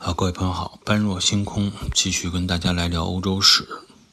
各位朋友好，般若星空继续跟大家来聊欧洲史。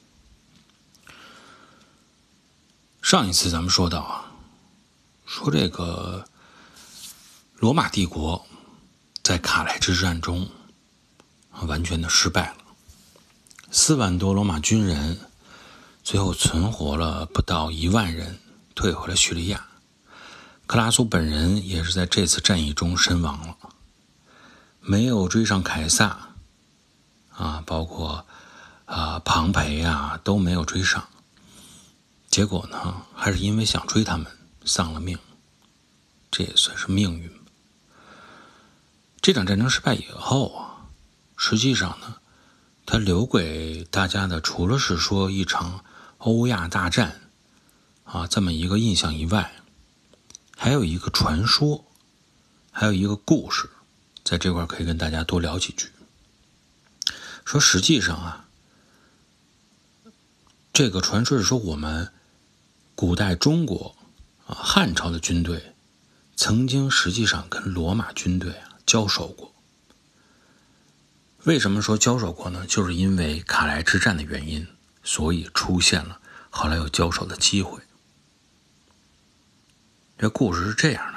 上一次咱们说到说这个罗马帝国在卡莱之战中完全的失败了，4万多罗马军人最后存活了不到1万人，退回了叙利亚。克拉苏本人也是在这次战役中身亡了，没有追上凯撒包括庞培都没有追上。结果呢，还是因为想追他们丧了命，这也算是命运吧。这场战争失败以后实际上呢，他留给大家的除了是说一场欧亚大战这么一个印象以外，还有一个传说，还有一个故事，在这块可以跟大家多聊几句。说实际上这个传说是说我们古代中国汉朝的军队曾经实际上跟罗马军队交手过。为什么说交手过呢？就是因为卡莱之战的原因，所以出现了后来有交手的机会。这故事是这样的，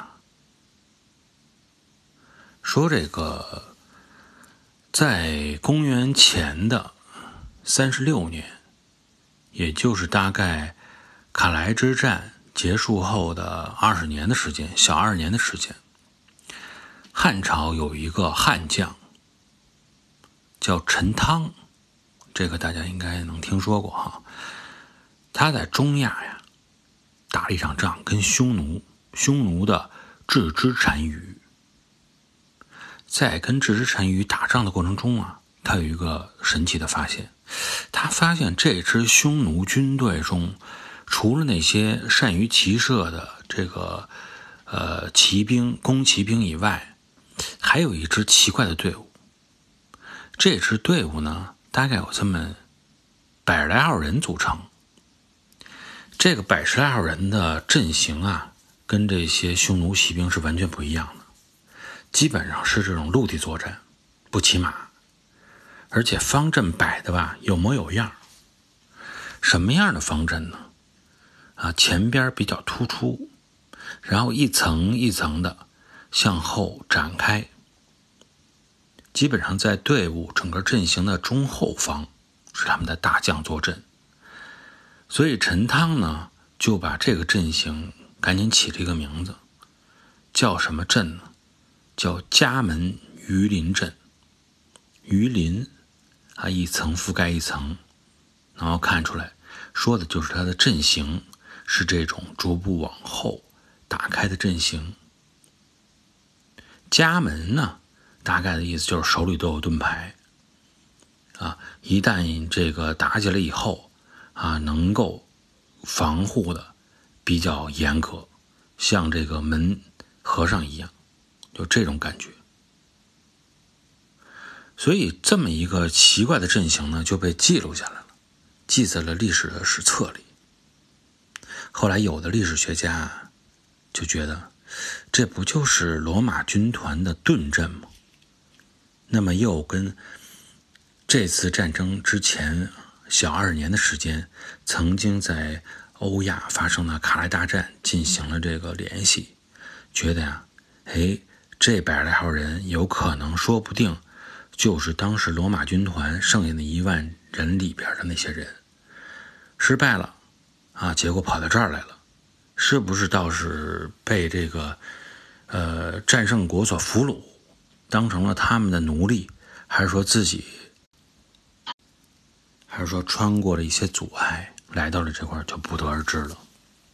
说这个在公元前的36年，也就是大概卡莱之战结束后的20年的时间，小2年的时间，汉朝有一个汉将叫陈汤，这个大家应该能听说过他在中亚打了一场仗，跟匈奴的郅支单于。在跟郅支单于打仗的过程中他有一个神奇的发现，他发现这支匈奴军队中，除了那些善于骑射的这个骑兵、弓骑兵以外，还有一支奇怪的队伍。这支队伍呢，大概有这么100来号人组成。这个100来号人的阵型跟这些匈奴骑兵是完全不一样的，基本上是这种陆地作战，不骑马，而且方阵摆的有模有样。什么样的方阵呢？前边比较突出，然后一层一层的向后展开，基本上在队伍整个阵型的中后方是他们的大将坐镇。所以陈汤呢，就把这个阵型赶紧起了一个名字，叫什么阵呢？叫家门鱼鳞阵。鱼鳞一层覆盖一层，然后看出来说的就是它的阵型是这种逐步往后打开的阵型。家门呢，大概的意思就是手里都有盾牌一旦这个打起来以后能够防护的比较严格，像这个门和尚一样，就这种感觉。所以这么一个奇怪的阵型呢，就被记录下来了，记在了历史的史册里。后来有的历史学家就觉得，这不就是罗马军团的盾阵吗？那么又跟这次战争之前小2年的时间，曾经在欧亚发生的卡莱大战进行了这个联系，觉得这100来号人有可能说不定就是当时罗马军团剩下的1万人里边的那些人，失败了结果跑到这儿来了，是不是倒是被这个战胜国所俘虏，当成了他们的奴隶，还是说穿过了一些阻碍来到了这块，就不得而知了。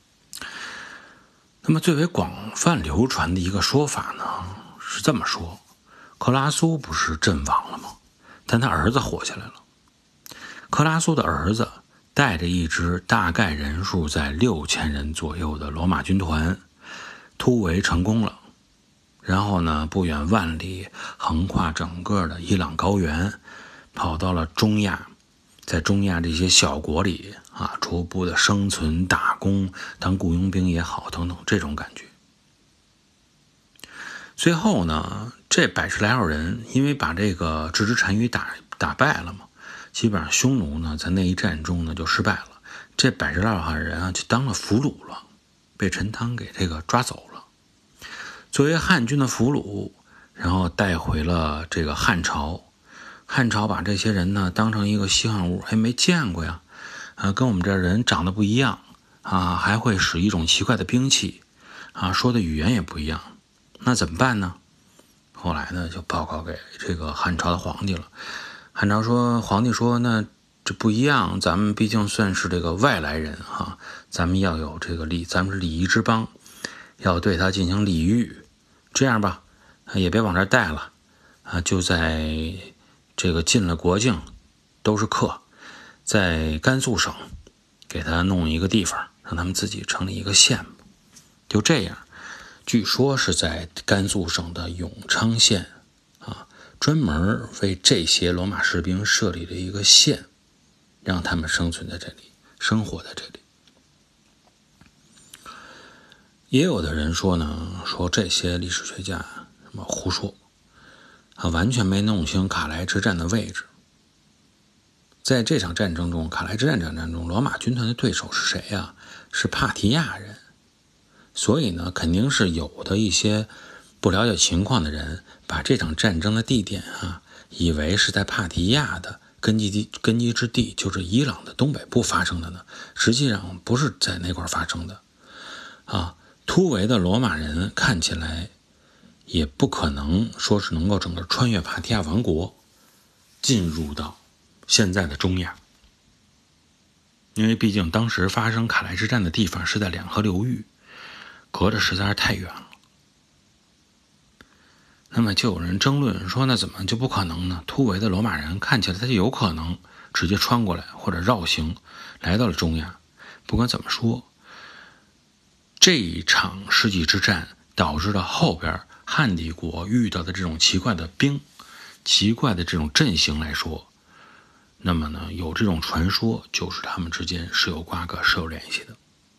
那么最为广泛流传的一个说法呢，是这么说：克拉苏不是阵亡了吗？但他儿子活下来了。克拉苏的儿子带着一支大概人数在6000人左右的罗马军团突围成功了，然后呢，不远万里横跨整个的伊朗高原，跑到了中亚，在中亚这些小国里逐步的生存打工，当雇佣兵也好等等，这种感觉。最后呢， 这100来号人因为把这个郅支单于打败了嘛，基本上匈奴呢在那一战中呢就失败了。这100来号人啊就当了俘虏了，被陈汤给这个抓走了，作为汉军的俘虏，然后带回了这个汉朝。汉朝把这些人呢当成一个稀罕物，还没见过呀，跟我们这人长得不一样啊，还会使一种奇怪的兵器啊，说的语言也不一样，那怎么办呢？后来呢就报告给这个汉朝的皇帝了。皇帝说那这不一样，咱们毕竟算是这个外来人哈，咱们要有这个咱们是礼仪之邦，要对他进行礼遇。这样吧，也别往这儿带了啊，就在这个进了国境都是客，在甘肃省给他弄一个地方，让他们自己成立一个县。就这样，据说是在甘肃省的永昌县啊，专门为这些罗马士兵设立了一个县，让他们生存在这里，生活在这里。也有的人说呢，说这些历史学家什么胡说啊，完全没弄清卡莱之战的位置。在这场战争中，卡莱之战战争中，罗马军团的对手是谁呀？是帕提亚人。所以呢，肯定是有的一些不了解情况的人，把这场战争的地点啊，以为是在帕提亚的根基之地，就是伊朗的东北部发生的呢。实际上不是在那块发生的啊。突围的罗马人看起来也不可能说是能够整个穿越帕提亚王国进入到现在的中亚，因为毕竟当时发生卡莱之战的地方是在两河流域，隔得实在是太远了。那么就有人争论说，那怎么就不可能呢？突围的罗马人看起来他就有可能直接穿过来或者绕行来到了中亚。不管怎么说，这一场世纪之战导致了后边汉帝国遇到的这种奇怪的奇怪的这种阵型来说，那么呢，有这种传说，就是他们之间是有瓜葛，是有联系的。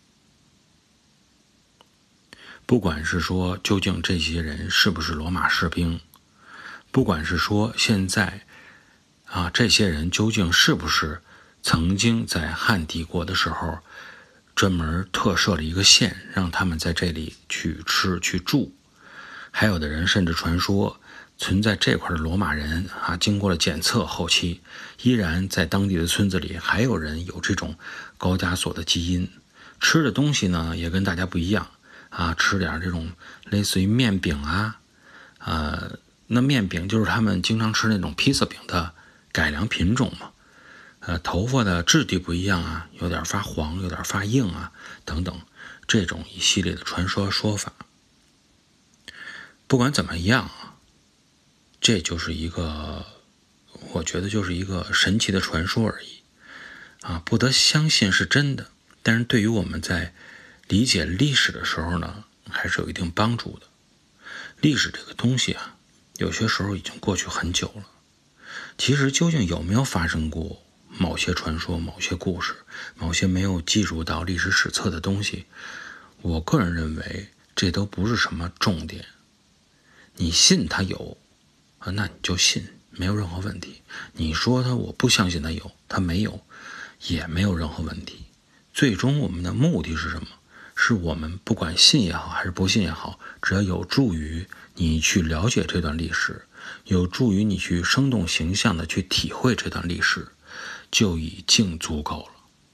不管是说究竟这些人是不是罗马士兵，不管是说现在啊这些人究竟是不是曾经在汉帝国的时候专门特设了一个县，让他们在这里去吃去住。还有的人甚至传说存在这块的罗马人啊，经过了检测，后期依然在当地的村子里还有人有这种高加索的基因，吃的东西呢也跟大家不一样啊，吃点这种类似于面饼啊，那面饼就是他们经常吃那种披萨饼的改良品种嘛。头发的质地不一样啊，有点发黄，有点发硬啊，等等，这种一系列的传说说法。不管怎么样啊，这就是一个，我觉得就是一个神奇的传说而已啊，不得相信是真的，但是对于我们在理解历史的时候呢，还是有一定帮助的。历史这个东西啊，有些时候已经过去很久了，其实究竟有没有发生过某些传说、某些故事、某些没有记入到历史史册的东西，我个人认为这都不是什么重点。你信它有啊，那你就信，没有任何问题。你说它我不相信它有，它没有，也没有任何问题。最终我们的目的是什么？是我们不管信也好还是不信也好，只要有助于你去了解这段历史，有助于你去生动形象的去体会这段历史，就已经足够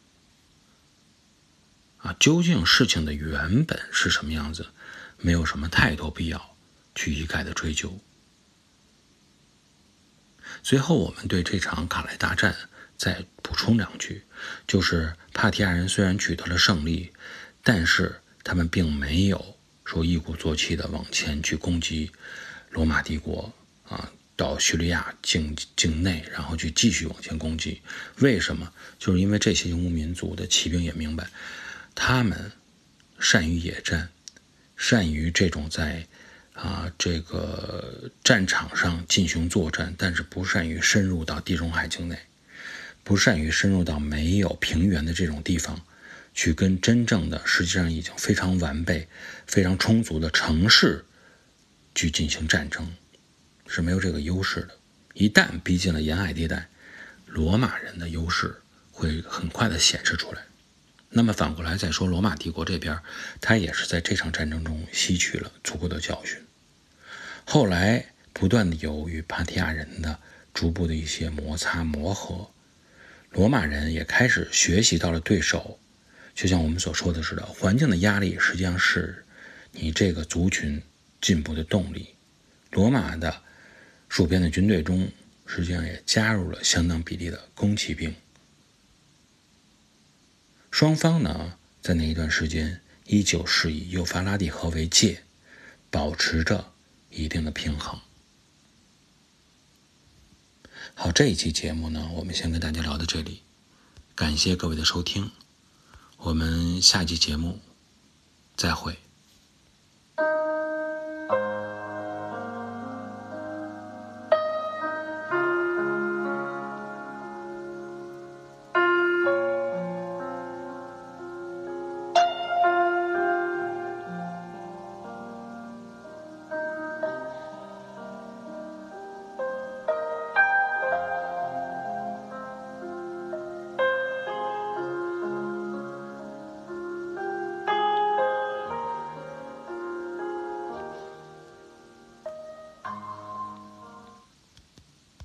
了。究竟事情的原本是什么样子，没有什么太多必要去一概的追究。最后我们对这场卡莱大战再补充两句，就是帕提亚人虽然取得了胜利，但是他们并没有说一鼓作气的往前去攻击罗马帝国啊，到叙利亚境内，然后去继续往前攻击。为什么？就是因为这些游牧民族的骑兵也明白，他们善于野战，善于这种在这个战场上进行作战，但是不善于深入到地中海境内，不善于深入到没有平原的这种地方，去跟真正的实际上已经非常完备、非常充足的城市去进行战争。 是没有这个优势的。一旦逼近了沿海地带，罗马人的优势会很快的显示出来。那么反过来再说，罗马帝国这边，他也是在这场战争中吸取了足够的教训。后来不断的有与帕提亚人的逐步的一些摩擦磨合，罗马人也开始学习到了对手，就像我们所说的似的，环境的压力实际上是你这个族群进步的动力。罗马的戍边的军队中，实际上也加入了相当比例的弓骑兵。双方呢，在那一段时间依旧是以幼发拉底河为界，保持着一定的平衡。好，这一期节目呢，我们先跟大家聊到这里，感谢各位的收听，我们下期节目再会。